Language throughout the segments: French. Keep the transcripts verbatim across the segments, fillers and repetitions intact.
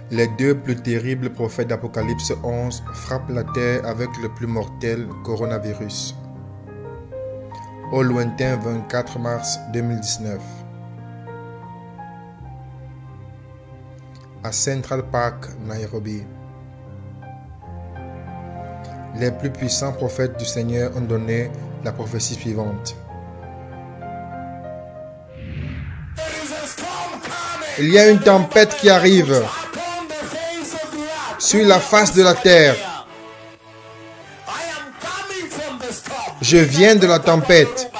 Les deux plus terribles prophètes d'Apocalypse onze frappent la terre avec le plus mortel coronavirus. Au lointain vingt-quatre mars deux mille dix-neuf. À Central Park, Nairobi. Les plus puissants prophètes du Seigneur ont donné la prophétie suivante. Il y a une tempête qui arrive sur la face de la terre. Je viens de la tempête.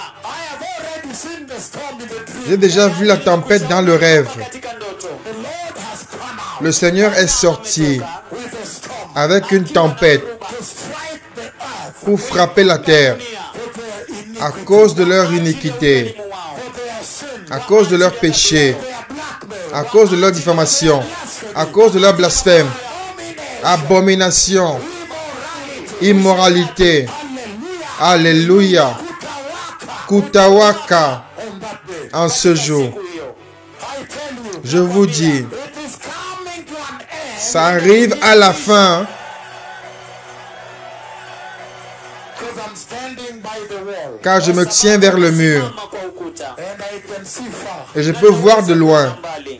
J'ai déjà vu la tempête dans le rêve. Le Seigneur est sorti avec une tempête pour frapper la terre à cause de leur iniquité, à cause de leur péché, à cause de leur diffamation, à cause de leur blasphème, abomination, immoralité. Alléluia. Kutawaka. En ce jour, je vous dis, ça arrive à la fin. Car je me tiens vers le mur et je peux voir de loin.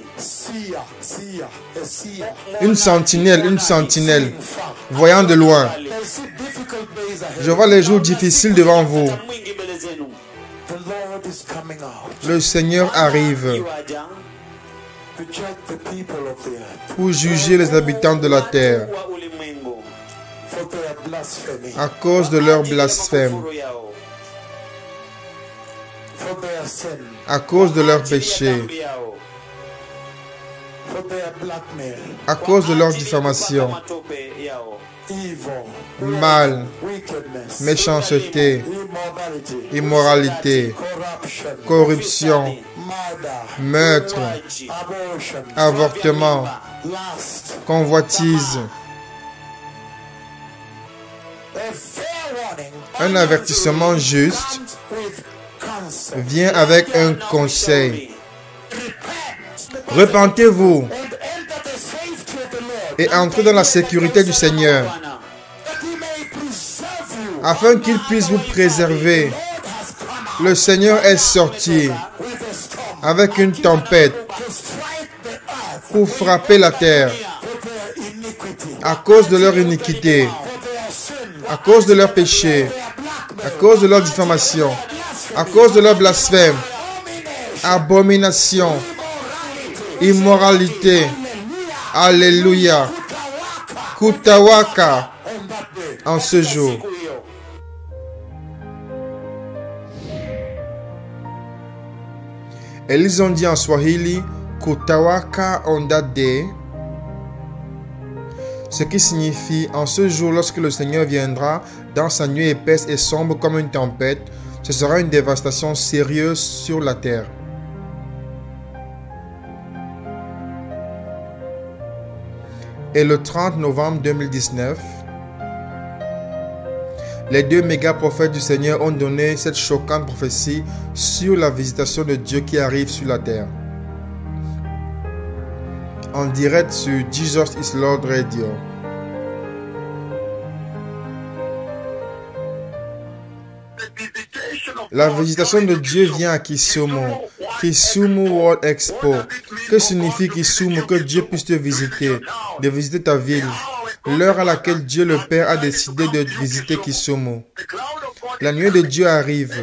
Une sentinelle, une sentinelle, voyant de loin. Je vois les jours difficiles devant vous. Le Seigneur arrive pour juger les habitants de la terre à cause de leur blasphème, à cause de leur péché, à cause de leur diffamation, mal, méchanceté, immoralité, corruption, meurtre, avortement, convoitise. Un avertissement juste vient avec un conseil. Repentez-vous et entrez dans la sécurité du Seigneur, afin qu'il puisse vous préserver. Le Seigneur est sorti avec une tempête pour frapper la terre à cause de leur iniquité, à cause de leur péché, à cause de leur diffamation, à cause de leur blasphème, abomination, immoralité. Alléluia. Kutawaka. En ce jour. Et ils ont dit en Swahili, Kutawaka on that day, ce qui signifie en ce jour, lorsque le Seigneur viendra dans sa nuit épaisse et sombre comme une tempête, ce sera une dévastation sérieuse sur la terre. Et le trente novembre deux mille dix-neuf, les deux méga prophètes du Seigneur ont donné cette choquante prophétie sur la visitation de Dieu qui arrive sur la terre. En direct sur Jesus is Lord Radio. La visitation de Dieu vient à Kisumu. Kisumu World Expo. Que signifie Kisumu? Que Dieu puisse te visiter, de visiter ta ville. L'heure à laquelle Dieu le Père a décidé de visiter Kisumu. La nuit de Dieu arrive.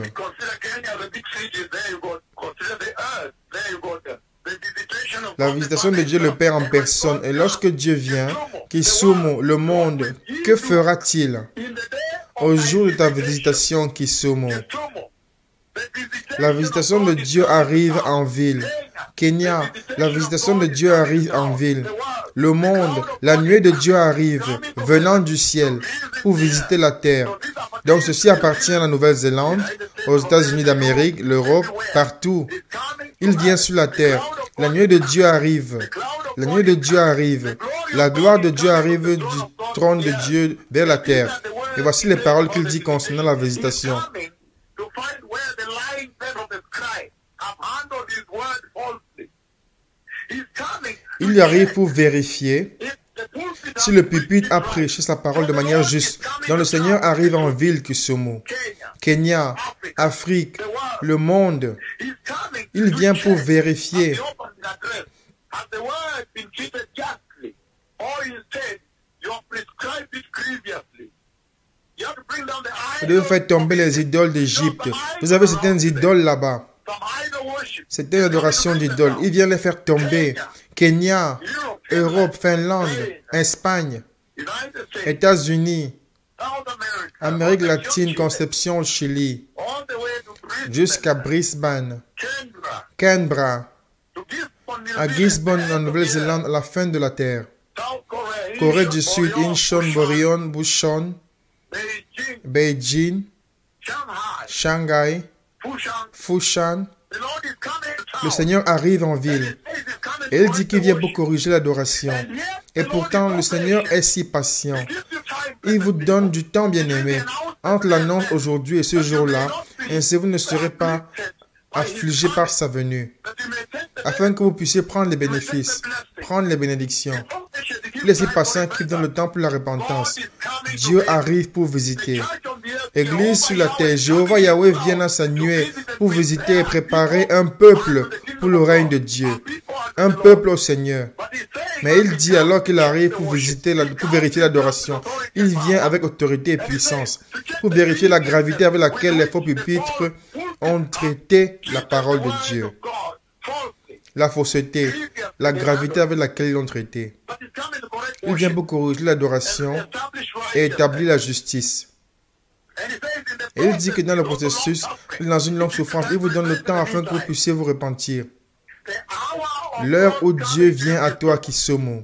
La visitation de Dieu le Père en personne. Et lorsque Dieu vient, Kisumu, le monde, que fera-t-il au jour de ta visitation, Kisumu? La visitation de Dieu arrive en ville. Kenya, la visitation de Dieu arrive en ville. Le monde, la nuée de Dieu arrive, venant du ciel, pour visiter la terre. Donc ceci appartient à la Nouvelle-Zélande, aux États-Unis d'Amérique, l'Europe, partout. Il vient sur la terre. La nuée de Dieu arrive. La nuée de Dieu arrive. La gloire de Dieu arrive du trône de Dieu vers la terre. Et voici les paroles qu'il dit concernant la visitation. Il y arrive pour vérifier si le pupitre a prêché sa parole de manière juste. Quand le Seigneur arrive en ville Kisumu, Kenya, Afrique, le monde, il vient pour vérifier. Vous devez faire tomber les idoles d'Égypte. Vous avez certaines idoles là-bas. C'est une adoration d'idoles. Il vient les faire tomber. Kenya, Europe, Finlande, Espagne, États-Unis, Amérique latine, Conception, Chili, jusqu'à Brisbane, Canberra, à Gisborne, en Nouvelle-Zélande, à la fin de la terre. Corée du Sud, Incheon, Boryong, Bucheon, Beijing, Shanghai, Fushan. Le Seigneur arrive en ville. Et il dit qu'il vient pour corriger l'adoration. Et pourtant, le Seigneur est si patient. Il vous donne du temps, bien-aimé, entre l'annonce aujourd'hui et ce jour-là. Ainsi, vous ne serez pas affligés par sa venue, afin que vous puissiez prendre les bénéfices, prendre les bénédictions. Il est si patient qu'il donne le temps pour la repentance. Dieu arrive pour visiter. Église sur la terre, Jéhovah Yahweh vient à sa nuée pour visiter et préparer un peuple pour le règne de Dieu. Un peuple au Seigneur. Mais il dit alors qu'il arrive pour visiter, la, pour vérifier l'adoration. Il vient avec autorité et puissance pour vérifier la gravité avec laquelle les faux pupitres ont traité la parole de Dieu. La fausseté, la gravité avec laquelle ils l'ont traité. Il vient pour corriger l'adoration et établir la justice. Et il dit que dans le processus, dans une longue souffrance, il vous donne le temps afin que vous puissiez vous repentir. L'heure où Dieu vient à toi, Kisumu.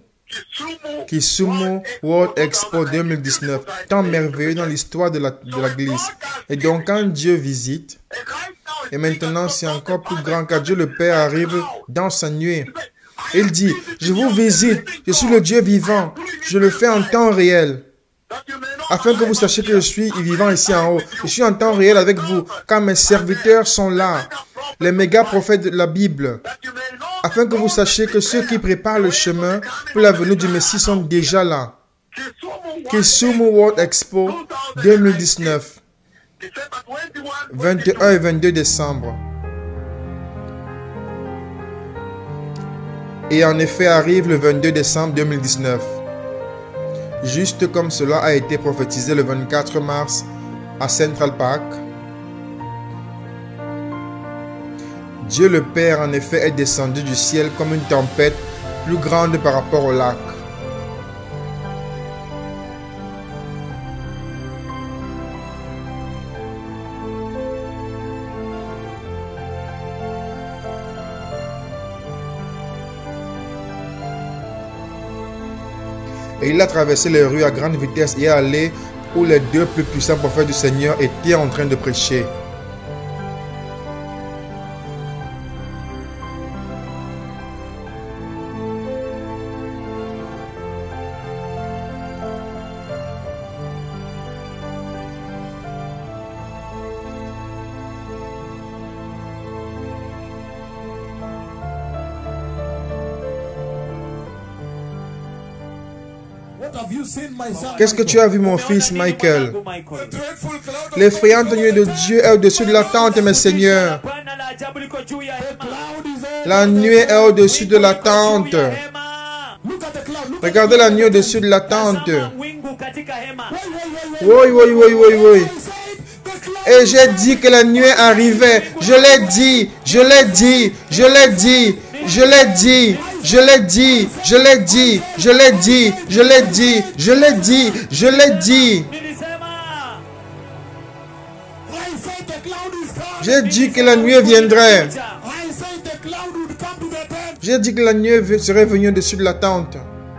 Kisumu World Expo deux mille dix-neuf. Tant merveilleux dans l'histoire de la, de l'Église. Et donc quand Dieu visite, et maintenant c'est encore plus grand car Dieu le Père arrive dans sa nuée. Il dit, je vous visite, je suis le Dieu vivant, je le fais en temps réel. Afin que vous sachiez que je suis vivant ici en haut. Je suis en temps réel avec vous, car mes serviteurs sont là, les méga prophètes de la Bible. Afin que vous sachiez que ceux qui préparent le chemin pour la venue du Messie sont déjà là. Kisumu World Expo deux mille dix-neuf, vingt et un et vingt-deux décembre. Et en effet arrive le vingt-deux décembre deux mille dix-neuf. Juste comme cela a été prophétisé le vingt-quatre mars à Central Park. Dieu le Père en effet est descendu du ciel comme une tempête plus grande par rapport au lac. Et il a traversé les rues à grande vitesse et est allé où les deux plus puissants prophètes du Seigneur étaient en train de prêcher. Qu'est-ce que tu as vu, mon fils Michael? L'effrayante nuée de Dieu est au-dessus de la tente, mes seigneurs. La nuée est au-dessus de la tente. Regardez la nuée au-dessus de la tente. Oui, oui, oui, oui, oui. Et j'ai dit que la nuée arrivait. Je l'ai dit, je l'ai dit, je l'ai dit, je l'ai dit. Je l'ai dit, je l'ai dit, je l'ai dit, je l'ai dit, je l'ai dit, je l'ai dit. J'ai dit que la nuée viendrait. J'ai dit que la nuée serait venue au-dessus de la tente.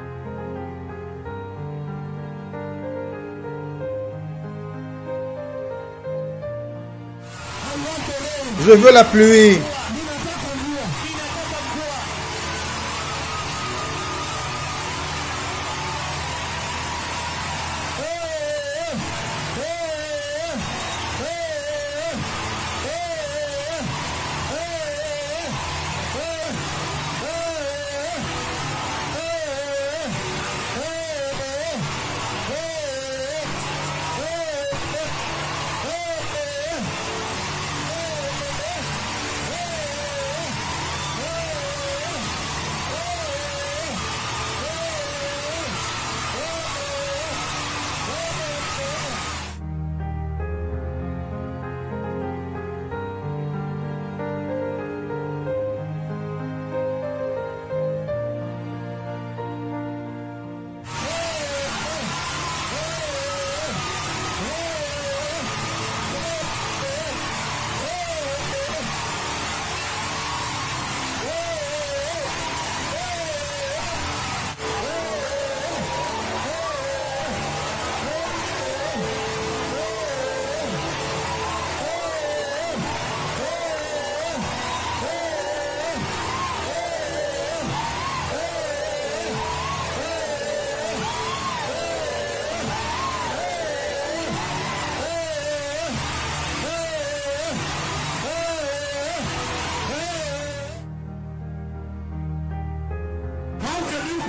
Je veux la pluie.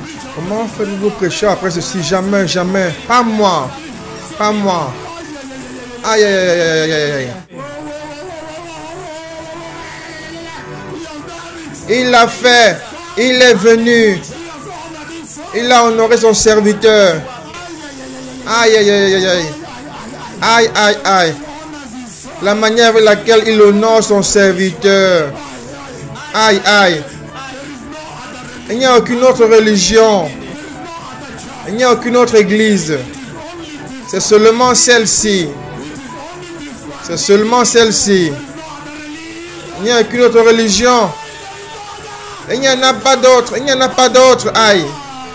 Comment faites-vous prêcher après ceci? Jamais, jamais. Pas moi. Pas moi. Aïe, aïe, aïe, aïe, aïe, aïe. Il l'a fait. Il est venu. Il a honoré son serviteur. Aïe, aïe, aïe, aïe, aïe. Aïe, aïe, aïe. La manière avec laquelle il honore son serviteur. Aïe, aïe. Il n'y a aucune autre religion. Il n'y a aucune autre église. C'est seulement celle-ci. C'est seulement celle-ci. Il n'y a aucune autre religion. Il n'y en a pas d'autre. Il n'y en a pas d'autre. Aïe.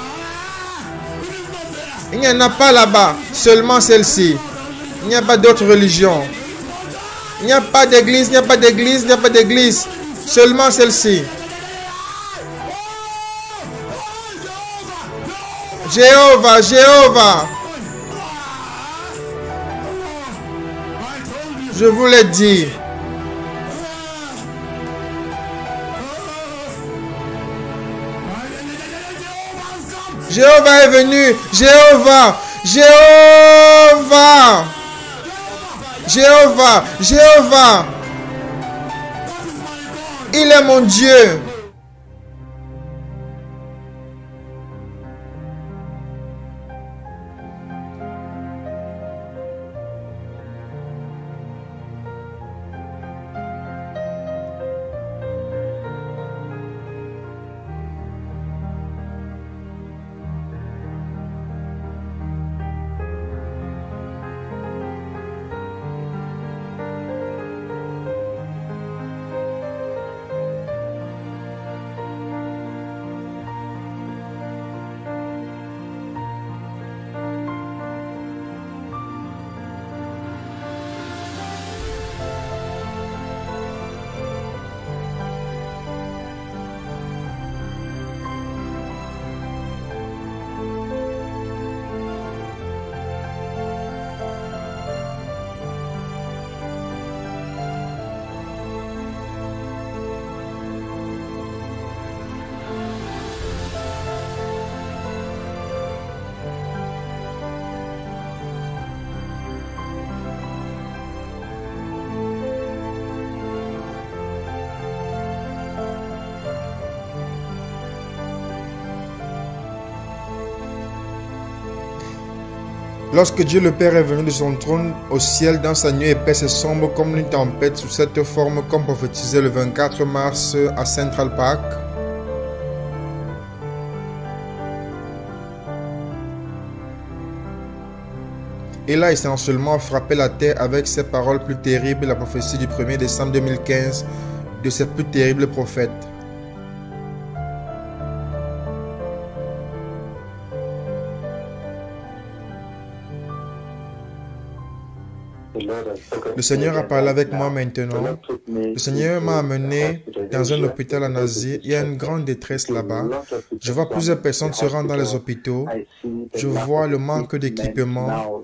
Il n'y en a pas là-bas. Seulement celle-ci. Il n'y a pas d'autre religion. Il n'y a pas d'église. Il n'y a pas d'église. Il n'y a pas d'église. Seulement celle-ci. Jéhovah, Jéhovah. Je vous l'ai dit. Jéhovah est venu. Jéhovah. Jéhovah. Jéhovah. Jéhovah. Il est mon Dieu. Lorsque Dieu le Père est venu de son trône au ciel dans sa nuit épaisse et sombre comme une tempête sous cette forme comme prophétisé le vingt-quatre mars à Central Park, il a essentiellement frappé la terre avec ses paroles plus terribles, la prophétie du premier décembre deux mille quinze de ses plus terribles prophètes. Le Seigneur a parlé avec moi maintenant. Le Seigneur m'a amené dans un hôpital en Asie. Il y a une grande détresse là-bas. Je vois plusieurs personnes se rendre dans les hôpitaux. Je vois le manque d'équipement.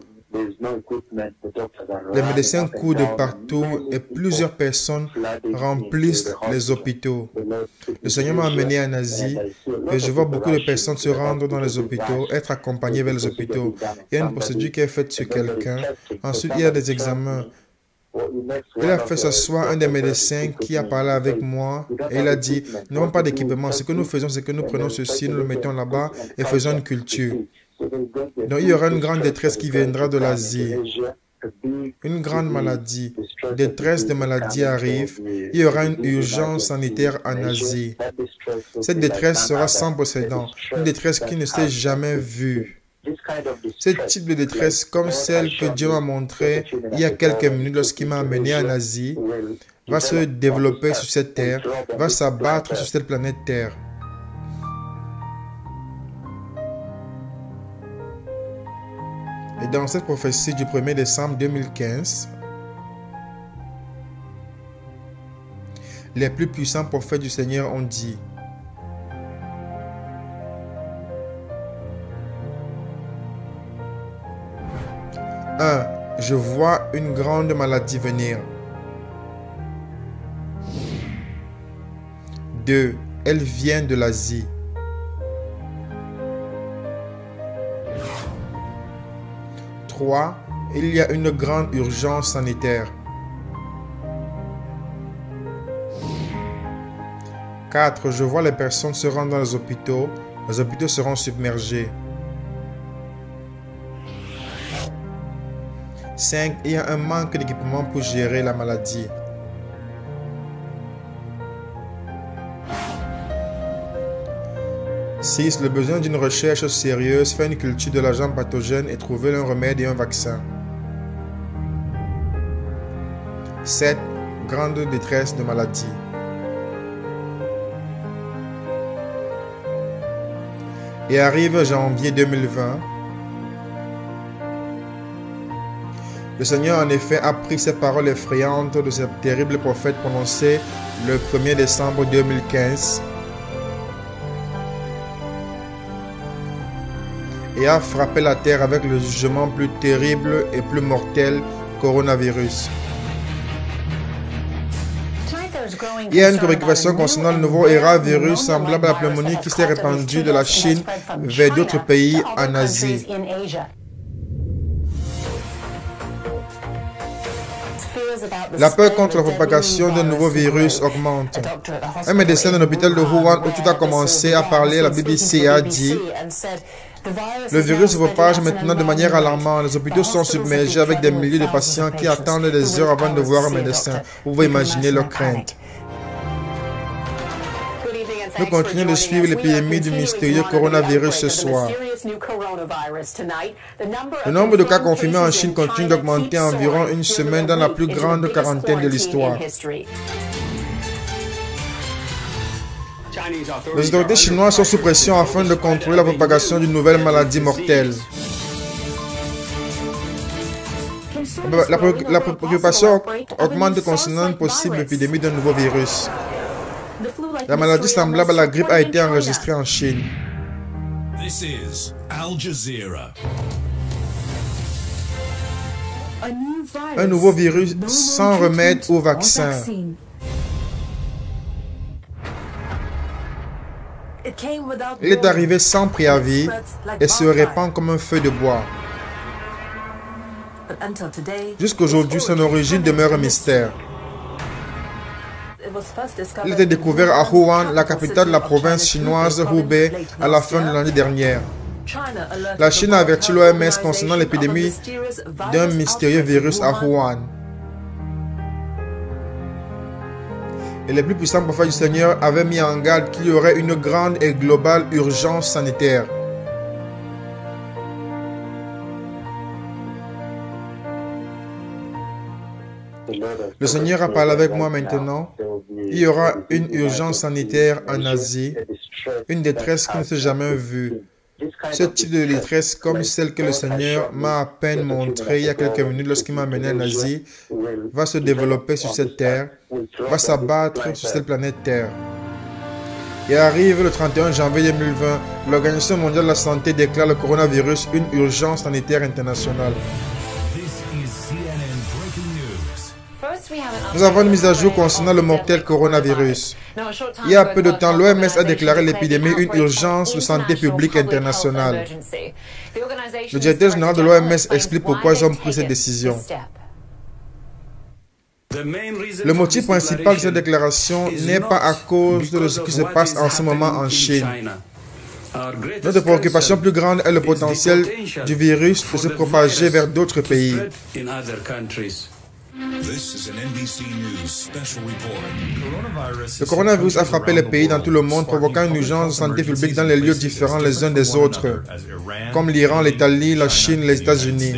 Les médecins courent de partout et plusieurs personnes remplissent les hôpitaux. Le Seigneur m'a amené en Asie et je vois beaucoup de personnes se rendre dans les hôpitaux, être accompagnées vers les hôpitaux. Il y a une procédure qui est faite sur quelqu'un. Ensuite, il y a des examens. Il a fait s'asseoir un des médecins qui a parlé avec moi et il a dit, nous n'avons pas d'équipement. Ce que nous faisons, c'est que nous prenons ceci, nous le mettons là-bas et faisons une culture. Donc il y aura une grande détresse qui viendra de l'Asie. Une grande maladie, détresse de maladie arrive. Il y aura une urgence sanitaire en Asie. Cette détresse sera sans précédent. Une détresse qui ne s'est jamais vue. Ce type de détresse, comme celle que Dieu m'a montrée il y a quelques minutes lorsqu'il m'a amené en Asie, va se développer sur cette terre, va s'abattre sur cette planète Terre. Et dans cette prophétie du premier décembre deux mille quinze, les plus puissants prophètes du Seigneur ont dit: un. Je vois une grande maladie venir. deux. Elle vient de l'Asie. trois. Il y a une grande urgence sanitaire. quatre. Je vois les personnes se rendre dans les hôpitaux. Les hôpitaux seront submergés. cinq. Il y a un manque d'équipement pour gérer la maladie. six. Le besoin d'une recherche sérieuse, faire une culture de l'agent pathogène et trouver un remède et un vaccin. sept. Grande détresse de maladie. Et arrive janvier deux mille vingt. Le Seigneur en effet a pris ces paroles effrayantes de ce terrible prophète prononcées le premier décembre deux mille quinze et a frappé la terre avec le jugement plus terrible et plus mortel, coronavirus. Il y a une préoccupation concernant le nouveau virus semblable à la pneumonie qui s'est répandu de la Chine vers d'autres pays en Asie. La peur contre la propagation d'un nouveau virus augmente. Un médecin d'un hôpital de Wuhan où tout a commencé a parlé à la B B C et a dit: le virus se propage maintenant de manière alarmante. Les hôpitaux sont submergés avec des milliers de patients qui attendent des heures avant de voir un médecin. Vous pouvez imaginer leurs craintes. Nous continuons de suivre l'épidémie du mystérieux coronavirus ce soir. Le nombre de cas confirmés en Chine continue d'augmenter environ une semaine dans la plus grande quarantaine de l'histoire. Les autorités chinoises sont sous pression afin de contrôler la propagation d'une nouvelle maladie mortelle. La, pré la préoccupation augmente concernant une possible épidémie d'un nouveau virus. La maladie semblable à la grippe a été enregistrée en Chine. This is Al Jazeera. Un nouveau virus sans remède ou vaccin. Il est arrivé sans préavis et se répand comme un feu de bois. Jusqu'aujourd'hui, son origine demeure un mystère. Il a été découvert à Wuhan, la capitale de la province chinoise Hubei, à la fin de l'année dernière. La Chine a averti l'O M S concernant l'épidémie d'un mystérieux virus à Wuhan. Et les plus puissants prophètes du Seigneur avaient mis en garde qu'il y aurait une grande et globale urgence sanitaire. Le Seigneur a parlé avec moi maintenant. Il y aura une urgence sanitaire en Asie, une détresse qui ne s'est jamais vue. Ce type de détresse, comme celle que le Seigneur m'a à peine montrée il y a quelques minutes lorsqu'il m'a amené en Asie, va se développer sur cette terre, va s'abattre sur cette planète Terre. Et arrive le trente et un janvier deux mille vingt, l'Organisation mondiale de la santé déclare le coronavirus une urgence sanitaire internationale. Nous avons une mise à jour concernant le mortel coronavirus. Il y a peu de temps, l'O M S a déclaré l'épidémie une urgence de santé publique internationale. Le directeur général de l'O M S explique pourquoi ils ont pris cette décision. Le motif principal de cette déclaration n'est pas à cause de ce qui se passe en ce moment en Chine. Notre préoccupation plus grande est le potentiel du virus de se propager vers d'autres pays. Le coronavirus a frappé les pays dans tout le monde, provoquant une urgence de santé publique dans les lieux différents les uns des autres, comme l'Iran, l'Italie, la Chine, les États-Unis.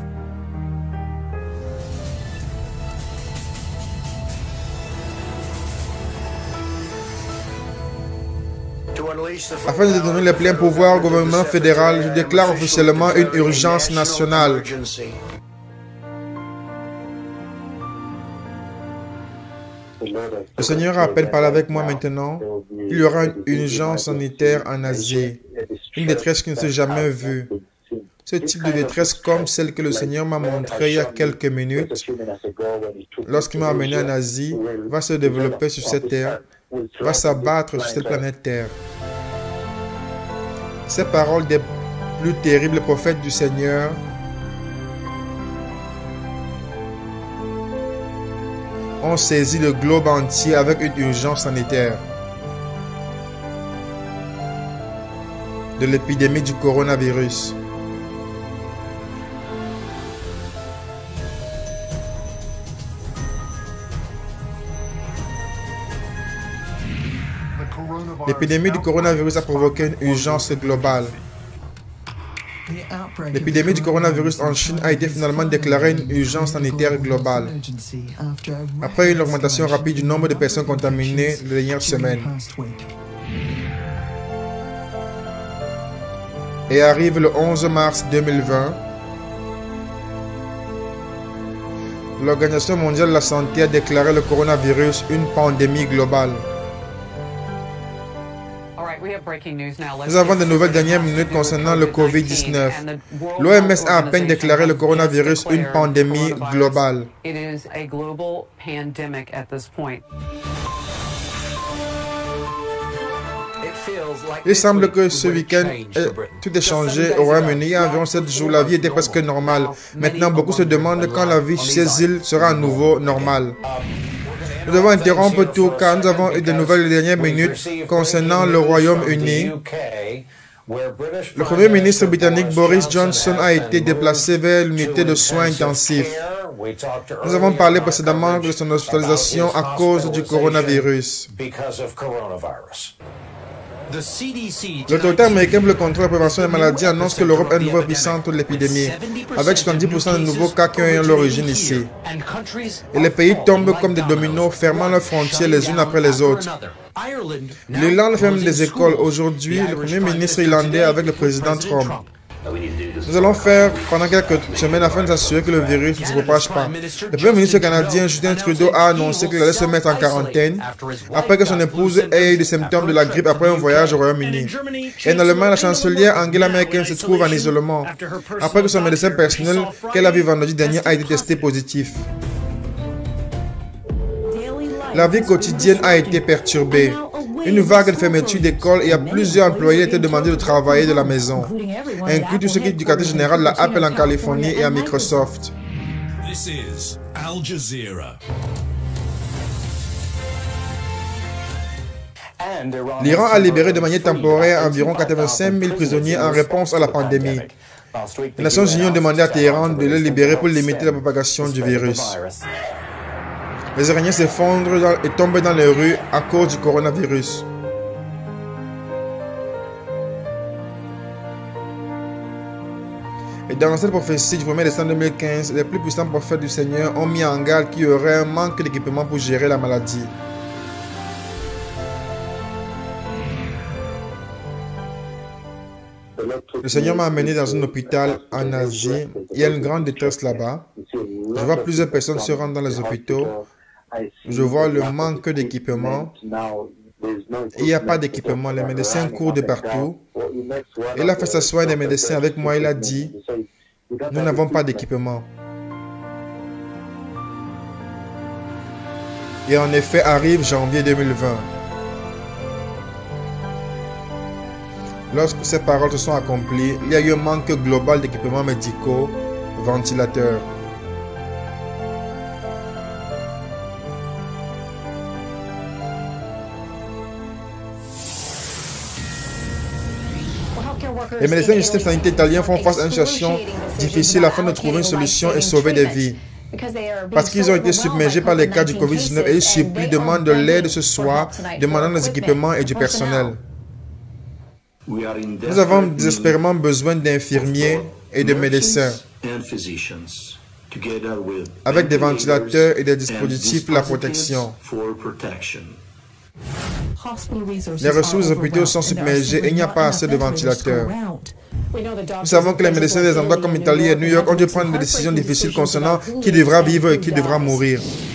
Afin de donner les pleins pouvoirs au gouvernement fédéral, je déclare officiellement une urgence nationale. Le Seigneur a à peine parlé avec moi maintenant. Il y aura une urgence sanitaire en Asie, une détresse qui ne s'est jamais vue. Ce type de détresse, comme celle que le Seigneur m'a montrée il y a quelques minutes, lorsqu'il m'a amené en Asie, va se développer sur cette terre, va s'abattre sur cette planète Terre. Ces paroles des plus terribles prophètes du Seigneur ont saisi le globe entier avec une urgence sanitaire de l'épidémie du coronavirus. L'épidémie du coronavirus a provoqué une urgence globale. L'épidémie du coronavirus en Chine a été finalement déclarée une urgence sanitaire globale après une augmentation rapide du nombre de personnes contaminées les dernières semaines. Et arrive le onze mars deux mille vingt, l'Organisation mondiale de la santé a déclaré le coronavirus une pandémie globale. Nous avons de nouvelles dernières minutes concernant le covid dix-neuf. L'O M S a à peine déclaré le coronavirus une pandémie globale. Il semble que ce week-end, tout est changé au Royaume-Uni. Il y a environ sept jours, la vie était presque normale. Maintenant, beaucoup se demandent quand la vie sur ces îles sera à nouveau normale. Nous devons interrompre tout car nous avons eu de nouvelles dernières minutes concernant le Royaume-Uni. Le Premier ministre britannique Boris Johnson a été déplacé vers l'unité de soins intensifs. Nous avons parlé précédemment de son hospitalisation à cause du coronavirus. L'autorité américaine pour le contrôle et la prévention des maladies annonce que l'Europe est une nouvelle puissance de l'épidémie, avec soixante-dix pour cent de nouveaux cas qui ont l'origine ici. Et les pays tombent comme des dominos, fermant leurs frontières les unes après les autres. L'Irlande ferme des écoles. Aujourd'hui, le Premier ministre irlandais avec le président Trump. Nous allons faire pendant quelques semaines afin de s'assurer que le virus ne se propage pas. Le Premier ministre canadien Justin Trudeau a annoncé qu'il allait se mettre en quarantaine après que son épouse ait eu des symptômes de la grippe après un voyage au Royaume-Uni. Et en Allemagne, la chancelière Angela Merkel se trouve en isolement après que son médecin personnel qu'elle a vu vendredi dernier a été testé positif. La vie quotidienne a été perturbée. Une vague de fermeture d'école et à plusieurs employés étaient demandés de travailler de la maison, inclus tout ce qui est éducateur général de la Apple en Californie et à Microsoft. This is Al Jazeera. L'Iran a libéré de manière temporaire environ quatre-vingt-cinq mille prisonniers en réponse à la pandémie. Les Nations Unies ont demandé à Téhéran de les libérer pour limiter la propagation du virus. Les Iraniens s'effondrent et tombent dans les rues à cause du coronavirus. Et dans cette prophétie du premier décembre deux mille quinze, les plus puissants prophètes du Seigneur ont mis en garde qu'il y aurait un manque d'équipement pour gérer la maladie. Le Seigneur m'a amené dans un hôpital en Asie. Il y a une grande détresse là-bas. Je vois plusieurs personnes se rendre dans les hôpitaux. Je vois le manque d'équipement. Il n'y a pas d'équipement. Les médecins courent de partout. Il a fait s'asseoir des médecins avec moi. Il a dit, nous n'avons pas d'équipement. Et en effet, arrive janvier deux mille vingt. Lorsque ces paroles se sont accomplies, il y a eu un manque global d'équipements médicaux, ventilateurs. Les médecins du système sanitaire italien font face à une situation difficile afin de trouver une solution et sauver des vies. Parce qu'ils ont été submergés par les cas du covid dix-neuf et ils supplient, demandent de l'aide ce soir, demandant des équipements et du personnel. Nous avons désespérément besoin d'infirmiers et de médecins, avec des ventilateurs et des dispositifs pour la protection. Les ressources des hôpitaux sont submergées et il n'y a pas assez de ventilateurs. Nous savons que les médecins des endroits comme l'Italie et New York ont dû prendre des décisions difficiles concernant qui devra vivre et qui devra mourir.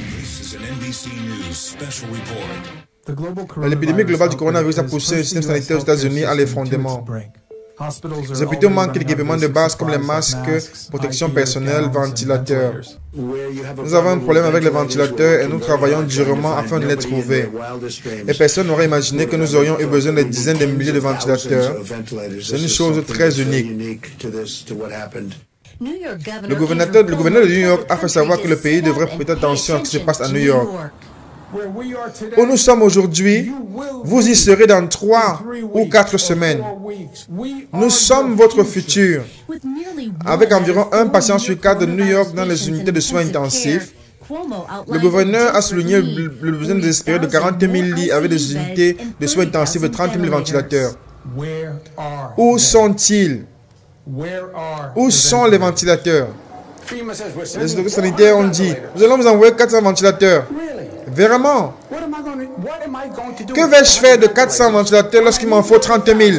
L'épidémie globale du coronavirus a poussé le système sanitaire aux États-Unis à l'effondrement. Les hôpitaux manquent d'équipements de base comme les masques, protection personnelle, ventilateurs. Nous avons un problème avec les ventilateurs et nous travaillons durement afin de les trouver. Et personne n'aurait imaginé que nous aurions eu besoin de dizaines de milliers de ventilateurs. C'est une chose très unique. Le gouverneur, le gouverneur de New York a fait savoir que le pays devrait prêter attention à ce qui se passe à New York. Où nous sommes aujourd'hui, vous y serez dans trois ou quatre semaines. Nous sommes votre futur. Avec environ un patient sur quatre de New York dans les unités de soins intensifs, le gouverneur a souligné le besoin désespéré de quarante mille lits avec des unités de soins intensifs et trente mille ventilateurs. Où sont-ils? Où sont les ventilateurs? Les autorités sanitaires ont dit, nous allons vous envoyer quatre cents ventilateurs. Vraiment? Que vais-je faire de quatre cents ventilateurs lorsqu'il m'en faut trente mille?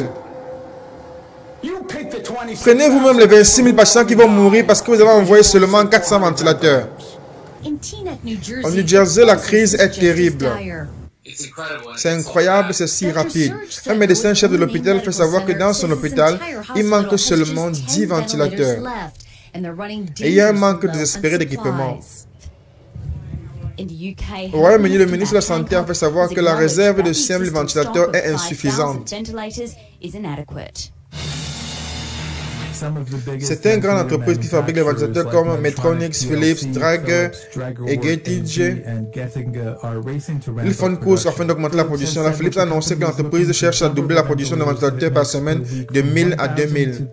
Prenez vous-même les vingt-six mille patients qui vont mourir parce que vous avez envoyé seulement quatre cents ventilateurs. En New Jersey, la crise est terrible. C'est incroyable, c'est si rapide. Un médecin chef de l'hôpital fait savoir que dans son hôpital, il manque seulement dix ventilateurs. Et il y a un manque désespéré d'équipement. Au Royaume-Uni, le ministre de la Santé a fait savoir que la réserve de cinq mille ventilateurs est insuffisante. Certaines grandes entreprises qui fabriquent les ventilateurs comme Medtronic, Philips, Drager et Getinge, ils font une course afin d'augmenter la production. La Philips a annoncé que l'entreprise cherche à doubler la production de ventilateurs par semaine de mille à deux mille.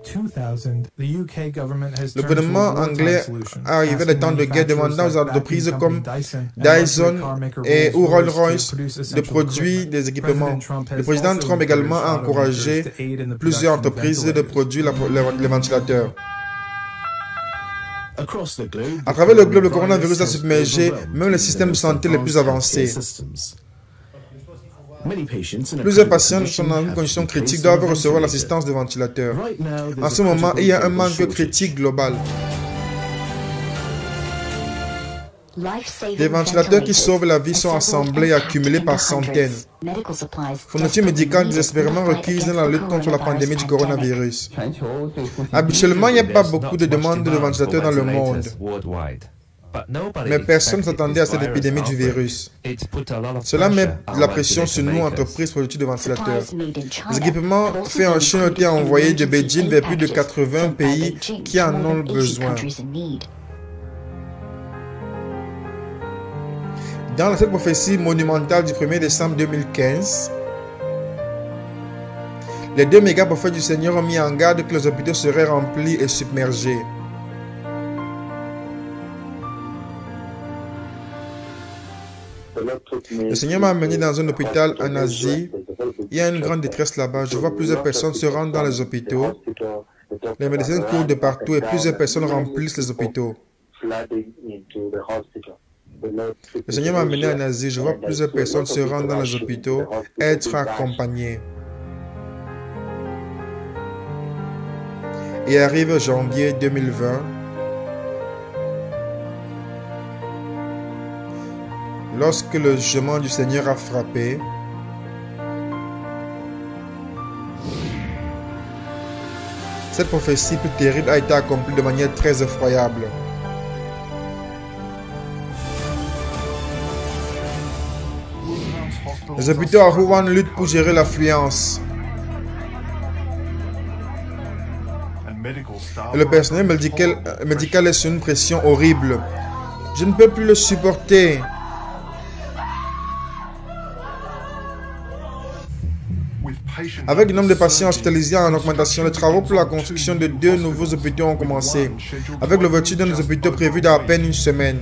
Le gouvernement anglais a arrivé des temps de guerre demandant aux entreprises comme Dyson et ou Rolls-Royce de produire des équipements. Le président Trump également a encouragé plusieurs entreprises de produire les ventilateurs. À travers le globe, le coronavirus a submergé même les systèmes de santé les plus avancés. Plusieurs patients sont dans une condition critique doivent recevoir l'assistance de ventilateurs. En ce moment, il y a un manque critique global. Des ventilateurs qui sauvent la vie sont assemblés et accumulés par centaines. Fournitures médicales désespérément requises dans la lutte contre la pandémie du coronavirus. Habituellement, il n'y a pas beaucoup de demandes de ventilateurs dans le monde. Mais personne ne s'attendait à cette épidémie du virus. Cela met la pression sur nous, entreprises productrices de ventilateurs. Les équipements faits en Chine ont été envoyés de Beijing vers plus de quatre-vingts pays qui en ont besoin. Dans cette prophétie monumentale du premier décembre deux mille quinze, les deux méga prophètes du Seigneur ont mis en garde que les hôpitaux seraient remplis et submergés. Le Seigneur m'a amené dans un hôpital en Asie. Il y a une grande détresse là-bas. Je vois plusieurs personnes se rendre dans les hôpitaux. Les médecins courent de partout et plusieurs personnes remplissent les hôpitaux. Le Seigneur m'a amené en Asie. Je vois plusieurs personnes se rendre dans les hôpitaux, être accompagnées. Et arrive janvier deux mille vingt. Lorsque le jugement du Seigneur a frappé, cette prophétie plus terrible a été accomplie de manière très effroyable. Les hôpitaux à Wuhan luttent pour gérer l'affluence. Et le personnel médical, médical est sous une pression horrible. Je ne peux plus le supporter. Avec le nombre de patients hospitalisés en augmentation, les travaux pour la construction de deux nouveaux hôpitaux ont commencé, avec l'ouverture d'un hôpital prévu dans à peine une semaine.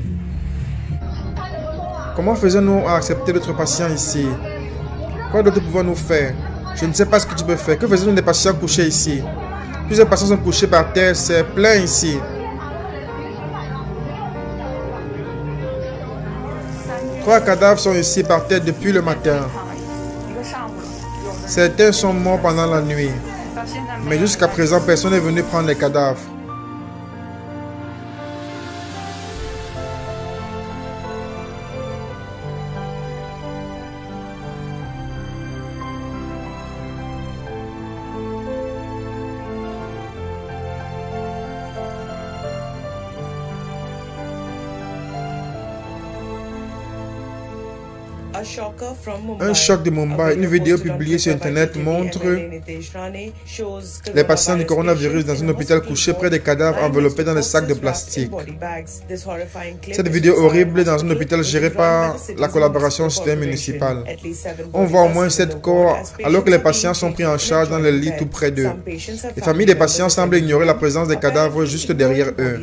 Comment faisons-nous à accepter d'autres patients ici? Quoi d'autre pouvons-nous faire? Je ne sais pas ce que tu peux faire. Que faisons-nous des patients couchés ici? Plusieurs patients sont couchés par terre, c'est plein ici. Trois cadavres sont ici par terre depuis le matin. Certains sont morts pendant la nuit. Mais jusqu'à présent, personne n'est venu prendre les cadavres. Un choc de Mumbai. Une vidéo publiée sur Internet montre les patients du coronavirus dans un hôpital couché près des cadavres enveloppés dans des sacs de plastique. Cette vidéo horrible dans un hôpital géré par la collaboration citoyenne municipale. On voit au moins sept corps alors que les patients sont pris en charge dans les lits tout près d'eux. Les familles des patients semblent ignorer la présence des cadavres juste derrière eux.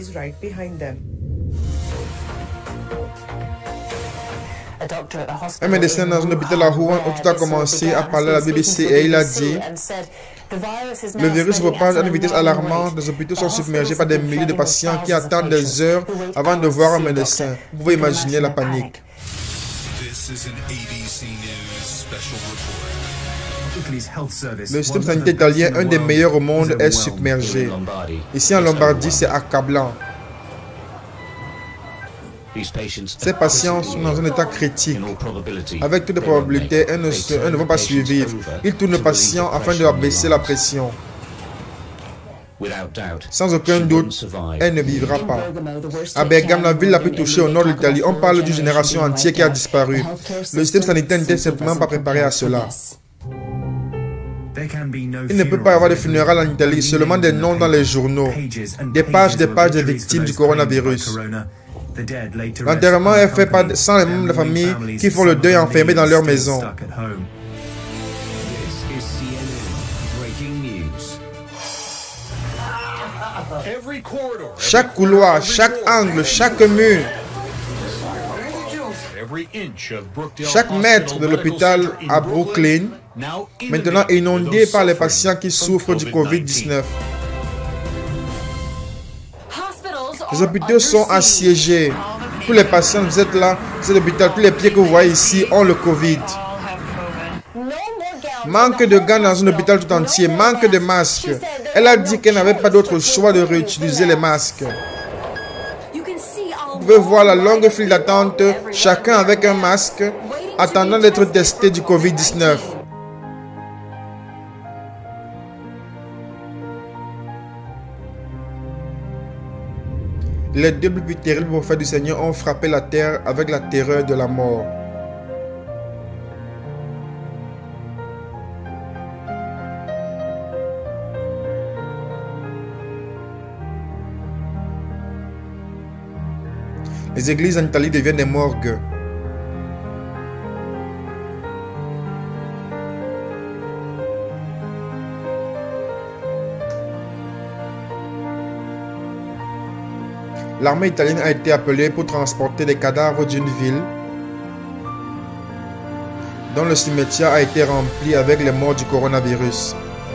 Un médecin dans un hôpital à Wuhan où tout a commencé a parlé à la B B C et il a dit: le virus se propage à une vitesse alarmante. Les hôpitaux sont submergés par des milliers de patients qui attendent des heures avant de voir un médecin. Vous pouvez imaginer la panique. Le système sanitaire italien, un des meilleurs au monde, est submergé. Ici en Lombardie, c'est accablant. Ces patients sont dans un état critique. Avec toutes les probabilités, elles ne, se, elles ne vont pas survivre. Ils tournent le patient afin de abaisser la pression. Sans aucun doute, elle ne vivra pas. À Bergame, la ville la plus touchée au nord de l'Italie, on parle d'une génération entière qui a disparu. Le système sanitaire n'était simplement pas préparé à cela. Il ne peut pas y avoir de funérailles en Italie, seulement des noms dans les journaux. Des pages, des pages des victimes du coronavirus. L'enterrement est fait par, sans les membres de la famille qui font le deuil enfermés dans leur maison. Chaque couloir, chaque angle, chaque mur, chaque mètre de l'hôpital à Brooklyn, maintenant inondé par les patients qui souffrent du covid dix-neuf. Les hôpitaux sont assiégés. Tous les patients, vous êtes là, cet hôpital, tous les pieds que vous voyez ici ont le Covid. Manque de gants dans un hôpital tout entier, manque de masques. Elle a dit qu'elle n'avait pas d'autre choix de réutiliser les masques. Vous pouvez voir la longue file d'attente, chacun avec un masque, attendant d'être testé du covid dix-neuf. Les deux plus terribles prophètes du Seigneur ont frappé la terre avec la terreur de la mort. Les églises en Italie deviennent des morgues. L'armée italienne a été appelée pour transporter les cadavres d'une ville dont le cimetière a été rempli avec les morts du coronavirus.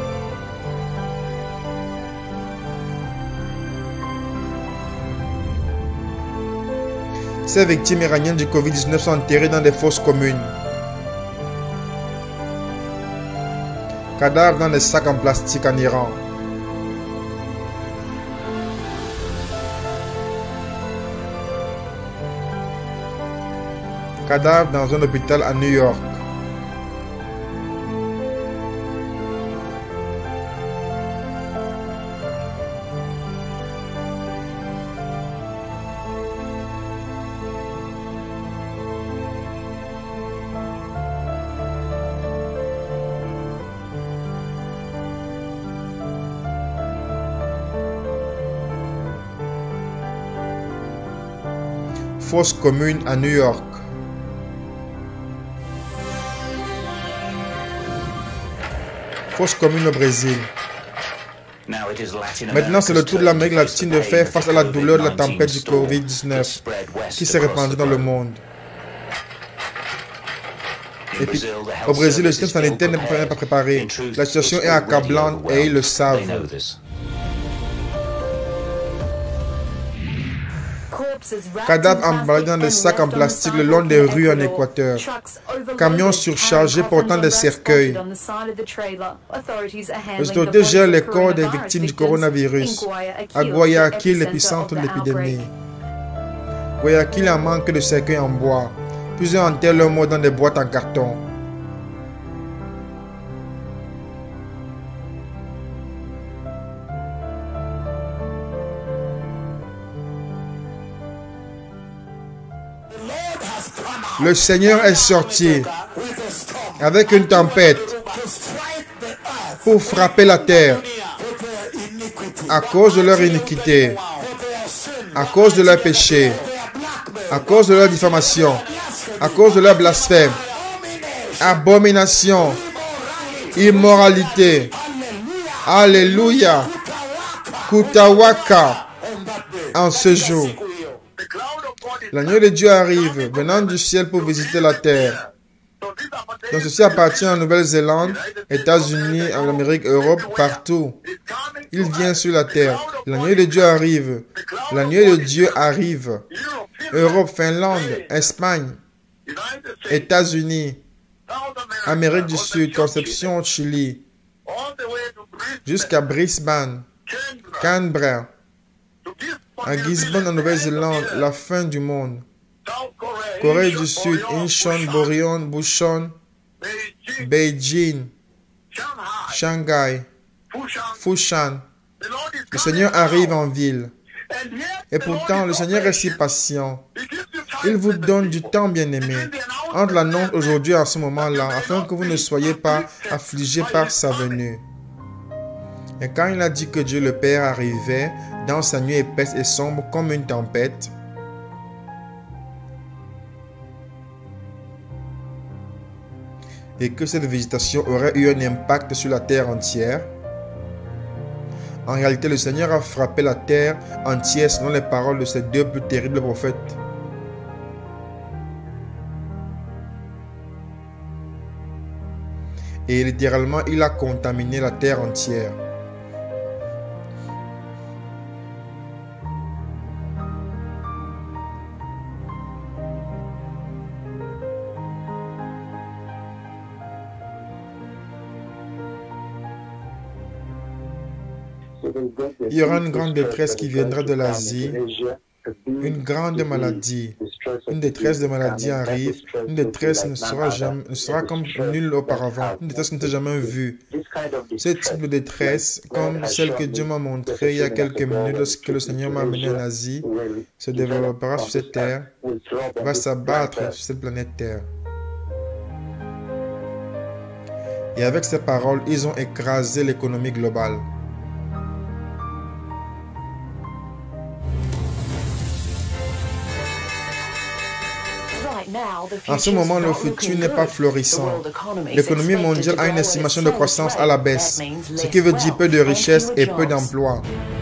Ces victimes iraniennes du covid dix-neuf sont enterrées dans des fosses communes. Cadavres dans des sacs en plastique en Iran. Cadavre dans un hôpital à New York. Fosse commune à New York. Fosse commune au Brésil. Maintenant, c'est le tour de l'Amérique latine de faire face à la douleur de la tempête du covid dix-neuf qui s'est répandue dans le monde. Et puis, au Brésil, le système sanitaire n'est pas préparé. La situation est accablante et ils le savent. Cadavres emballés dans des sacs en plastique le long des rues en Équateur. Camions surchargés portant des cercueils. Les autorités gèrent les corps des victimes du coronavirus. À Guayaquil, l'épicentre de l'épidémie. Guayaquil en manque de cercueils en bois. Plusieurs enterrent leurs morts dans des boîtes en carton. Le Seigneur est sorti avec une tempête pour frapper la terre à cause de leur iniquité, à cause de leur péché, à cause de leur diffamation, à cause de leur blasphème, abomination, immoralité. Alléluia. Kutawaka. En ce jour, l'agneau de Dieu arrive, venant du ciel pour visiter la terre. Donc ceci appartient en Nouvelle-Zélande, États-Unis, en Amérique, Europe, partout. Il vient sur la terre. L'agneau de Dieu arrive. L'agneau de Dieu arrive. Europe, Finlande, Espagne, États-Unis, Amérique du Sud, Conception, Chili, jusqu'à Brisbane, Canberra, à Gisborne en Nouvelle-Zélande, la fin du monde. Corée du Sud, Incheon, Boryong, Busan, Beijing, Shanghai, Fushan. Le Seigneur arrive en ville. Et pourtant, le Seigneur est si patient. Il vous donne du temps, bien-aimé, entre l'annonce aujourd'hui et à ce moment-là, afin que vous ne soyez pas affligés par sa venue. Et quand il a dit que Dieu le Père arrivait dans sa nuit épaisse et sombre comme une tempête, et que cette visitation aurait eu un impact sur la terre entière, en réalité, le Seigneur a frappé la terre entière selon les paroles de ces deux plus terribles prophètes. Et littéralement, il a contaminé la terre entière. Il y aura une grande détresse qui viendra de l'Asie, une grande maladie. Une détresse de maladie arrive, une détresse ne sera, jamais, ne sera comme nulle auparavant, une détresse que n'était jamais vue. Ce type de détresse, comme celle que Dieu m'a montrée il y a quelques minutes lorsque le Seigneur m'a amené en Asie, se développera sur cette terre, va s'abattre sur cette planète Terre. Et avec ces paroles, ils ont écrasé l'économie globale. En ce moment, le futur n'est pas florissant. L'économie mondiale a une estimation de croissance à la baisse, ce qui veut dire peu de richesses et peu d'emplois.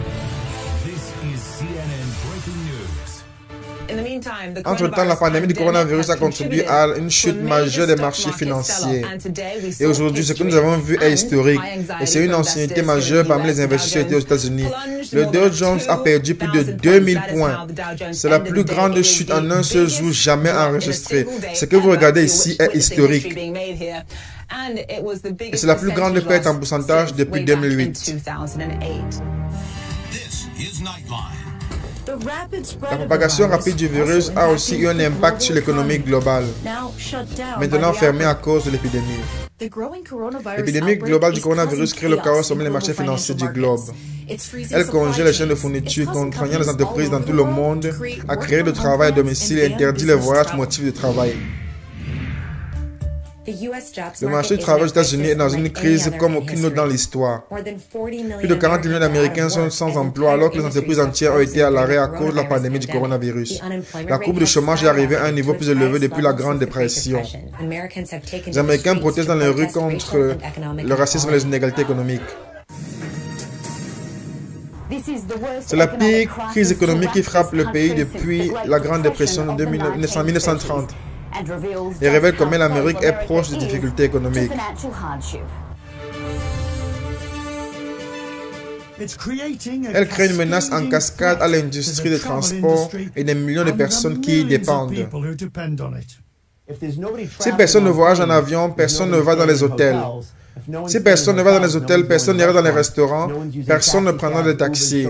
Entre-temps, la pandémie du coronavirus a contribué à une chute majeure des marchés financiers. Et aujourd'hui, ce que nous avons vu est historique. Et c'est une ancienneté majeure parmi les investisseurs aux États-Unis. Le Dow Jones a perdu plus de deux mille points. C'est la plus grande chute en un seul jour jamais enregistrée. Ce que vous regardez ici est historique. Et c'est la plus grande perte en pourcentage depuis deux mille huit. La propagation rapide du virus a aussi eu un impact sur l'économie globale, maintenant fermée à cause de l'épidémie. L'épidémie globale du coronavirus crée le chaos sur les marchés financiers du globe. Elle congèle les chaînes de fourniture, contraignant les entreprises dans tout le monde à créer du travail à domicile et interdit les voyages motifs de travail. Le marché du travail aux États-Unis est dans une crise comme aucune autre dans l'histoire. Plus de quarante millions d'Américains sont sans emploi alors que les entreprises entières ont été à l'arrêt à cause de la pandémie du coronavirus. La courbe de chômage est arrivée à un niveau plus élevé depuis la Grande Dépression. Les Américains protestent dans les rues contre le racisme et les inégalités économiques. C'est la pire crise économique qui frappe le pays depuis la Grande Dépression de mille neuf cent trente. Et révèle combien l'Amérique est proche des difficultés économiques. Elle crée une menace en cascade à l'industrie des transports et des millions de personnes qui y dépendent. Si personne ne voyage en avion, personne ne va dans les hôtels. Si personne ne va dans les hôtels, personne n'ira dans les restaurants, personne ne prendra des taxis.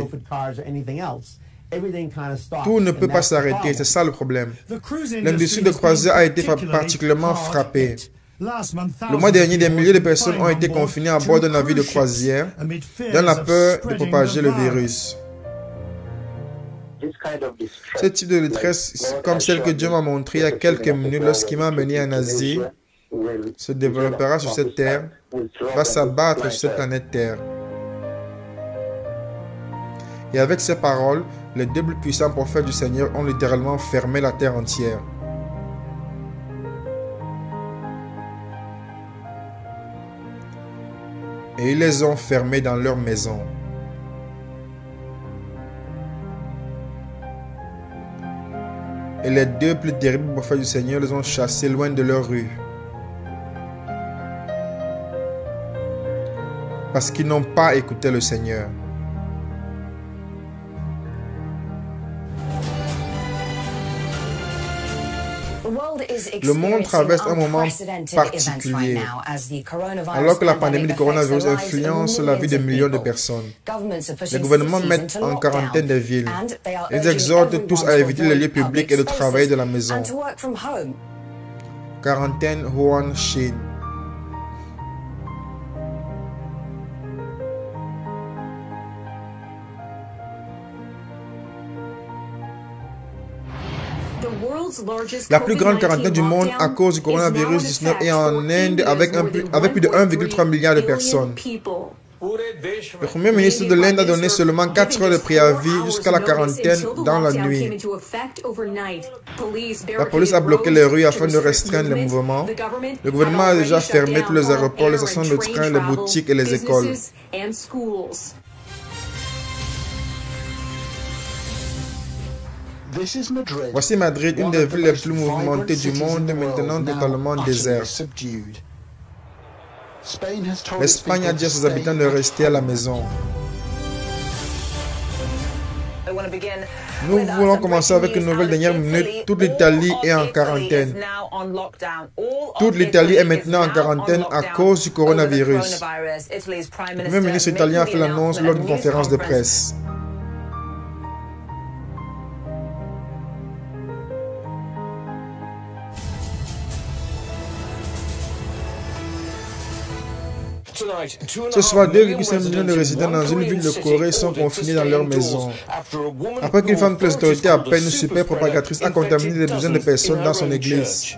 Tout ne peut pas s'arrêter, c'est ça le problème. L'industrie de croisière a été particulièrement frappée. Le mois dernier, des milliers de personnes ont été confinées à bord d'un navire de croisière dans la peur de propager le virus. Ce type de détresse, comme celle que Dieu m'a montrée il y a quelques minutes lorsqu'il m'a amené en Asie, se développera sur cette terre, va s'abattre sur cette planète Terre. Et avec ces paroles, les deux plus puissants prophètes du Seigneur ont littéralement fermé la terre entière. Et ils les ont fermés dans leur maison. Et les deux plus terribles prophètes du Seigneur les ont chassés loin de leur rue. Parce qu'ils n'ont pas écouté le Seigneur. Le monde traverse un moment particulier, alors que la pandémie du coronavirus influence la vie de millions de personnes. Les gouvernements mettent en quarantaine des villes. Ils exhortent tous à éviter les lieux publics et de travailler de la maison. Quarantaine Wuhan, Chine. La plus grande quarantaine du monde à cause du coronavirus dix-neuf est en Inde avec, un, avec plus de un virgule trois milliard de personnes. Le Premier ministre de l'Inde a donné seulement quatre heures de préavis jusqu'à la quarantaine dans la nuit. La police a bloqué les rues afin de restreindre les mouvements. Le gouvernement a déjà fermé tous les aéroports, les stations de train, les boutiques et les écoles. Voici Madrid, une des villes les plus mouvementées du monde, maintenant totalement déserte. L'Espagne a dit à ses habitants de rester à la maison. Nous voulons commencer avec une nouvelle dernière minute. Toute l'Italie est en quarantaine. Toute l'Italie est maintenant en quarantaine à cause du coronavirus. Le Premier ministre italien a fait l'annonce lors d'une conférence de presse. Ce soir, deux virgule cinq millions de résidents dans une ville de Corée sont confinés dans leur maison. Après qu'une femme de l'autorité à peine super propagatrice a contaminé des douzaines de personnes dans son église.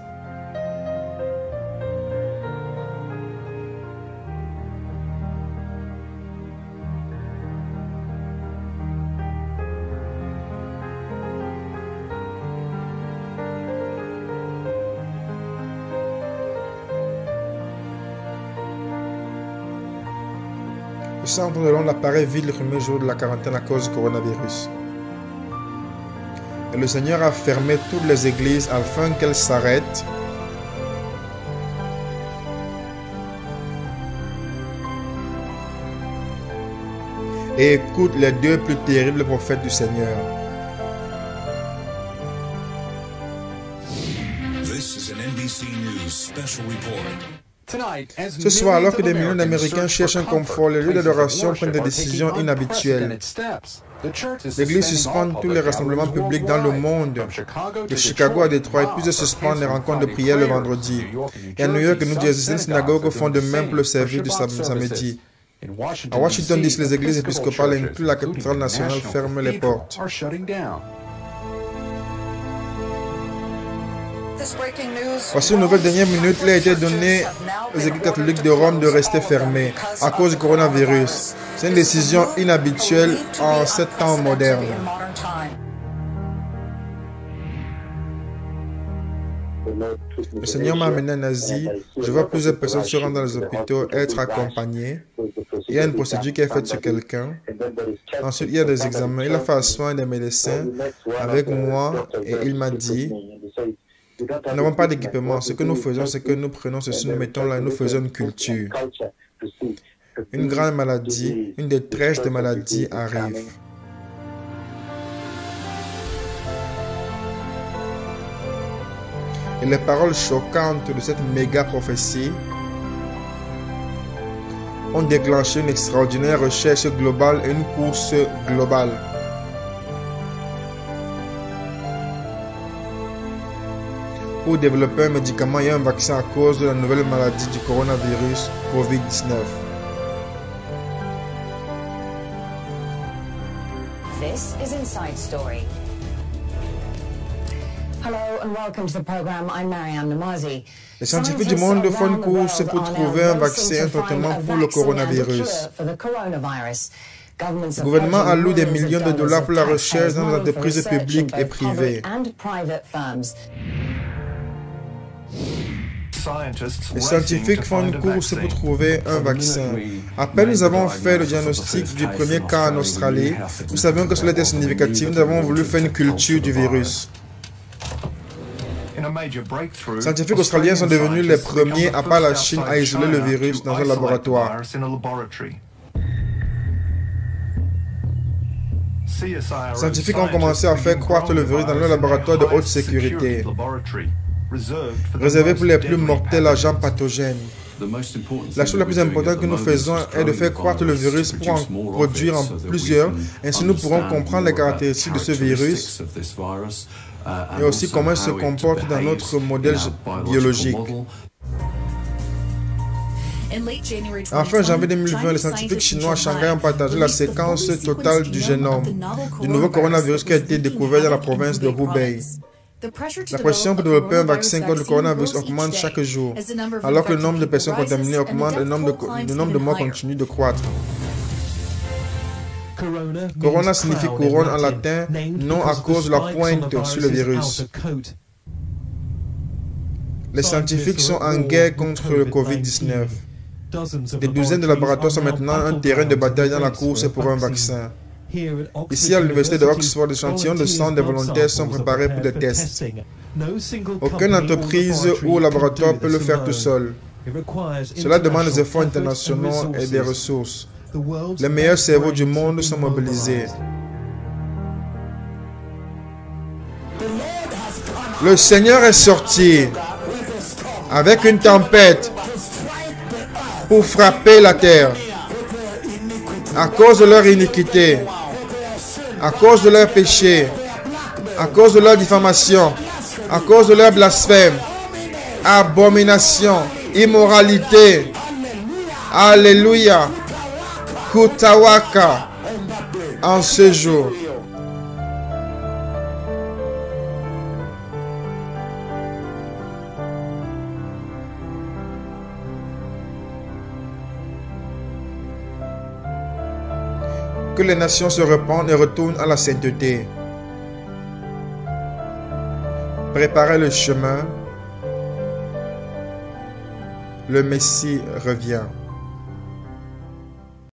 Le centre de Londres apparaît vide le premier jour de la quarantaine à cause du coronavirus. Et le Seigneur a fermé toutes les églises afin qu'elles s'arrêtent. Et écoute les deux plus terribles prophètes du Seigneur. This is an N B C News special report. Ce soir, alors que des millions d'Américains cherchent un confort, les lieux d'adoration prennent des décisions inhabituelles. L'Église suspend tous les rassemblements publics dans le monde, de Chicago à Détroit, et puis suspend les rencontres de prière le vendredi. Et à New York et New Jersey, certaines synagogues font de même pour le service du samedi. À Washington D C, les églises épiscopales, inclus la cathédrale nationale, ferment les portes. Voici une nouvelle dernière minute. Il a été donné aux églises catholiques de Rome de rester fermées à cause du coronavirus. C'est une décision inhabituelle en ces temps modernes. Le Seigneur m'a amené en Asie. Je vois plusieurs personnes se rendre dans les hôpitaux, être accompagnées. Il y a une procédure qui est faite sur quelqu'un. Ensuite, il y a des examens. Il a fait soin des médecins avec moi et il m'a dit: nous n'avons pas d'équipement. Ce que nous faisons, c'est que nous prenons ceci, nous mettons là et nous faisons une culture. Une grande maladie, une détresse de maladie arrive. Et les paroles choquantes de cette méga prophétie ont déclenché une extraordinaire recherche globale et une course globale. Pour développer un médicament et un vaccin à cause de la nouvelle maladie du coronavirus COVID dix-neuf. This is Inside Story. Les scientifiques du monde font une course pour trouver un vaccin, un traitement pour le coronavirus. Le gouvernement alloue des millions de dollars pour la recherche dans les entreprises publiques et privées. Les scientifiques font une course pour trouver un vaccin. À peine nous avons fait le diagnostic du premier cas en Australie, nous savions que cela était significatif, nous avons voulu faire une culture du virus. Les scientifiques australiens sont devenus les premiers, à part la Chine, à isoler le virus dans un laboratoire. Les scientifiques ont commencé à faire croître le virus dans leur laboratoire de haute sécurité, réservé pour les plus mortels agents pathogènes. La chose la plus importante que nous faisons est de faire croître le virus pour en produire en plusieurs, ainsi nous pourrons comprendre les caractéristiques de ce virus et aussi comment il se comporte dans notre modèle biologique. En fin janvier deux mille vingt, les scientifiques chinois à Shanghai ont partagé la séquence totale du génome du nouveau coronavirus qui a été découvert dans la province de Hubei. La pression pour développer un vaccin contre le coronavirus augmente chaque jour, alors que le nombre de personnes contaminées augmente, le nombre de, le nombre de morts continue de croître. Corona signifie couronne en latin, non à cause de la pointe sur le virus. Les scientifiques sont en guerre contre le covid dix-neuf. Des douzaines de laboratoires sont maintenant un terrain de bataille dans la course pour un vaccin. Ici, à l'université de Oxford, des échantillons de sang des volontaires sont préparés pour des tests. Aucune entreprise ou laboratoire peut le faire tout seul. Cela demande des efforts internationaux et des ressources. Les meilleurs cerveaux du monde sont mobilisés. Le Seigneur est sorti avec une tempête pour frapper la terre à cause de leur iniquité, à cause de leur péché, à cause de leur diffamation, à cause de leur blasphème, abomination, immoralité. Alléluia. Kutawaka. En ce jour. Que les nations se répandent et retournent à la sainteté. Préparez le chemin. Le Messie revient.